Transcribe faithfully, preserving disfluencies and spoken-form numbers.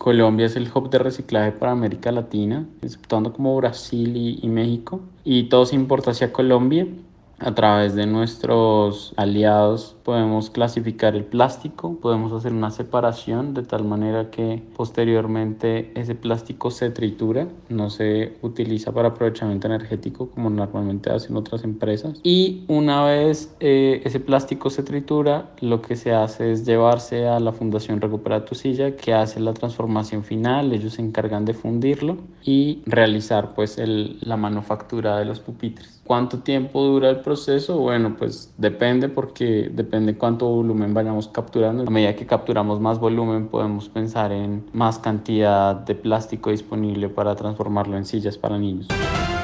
Colombia es el hub de reciclaje para América Latina, exceptuando como Brasil y, y México, y todo se importa hacia Colombia. A través de nuestros aliados podemos clasificar el plástico, podemos hacer una separación de tal manera que posteriormente ese plástico se tritura, no se utiliza para aprovechamiento energético como normalmente hacen otras empresas. Y una vez eh, ese plástico se tritura, lo que se hace es llevarse a la Fundación Recupera tu Silla, que hace la transformación final. Ellos se encargan de fundirlo y realizar pues el, la manufactura de los pupitres. ¿Cuánto tiempo dura el proceso? Bueno, pues depende, porque depende cuánto volumen vayamos capturando. A medida que capturamos más volumen, podemos pensar en más cantidad de plástico disponible para transformarlo en sillas para niños.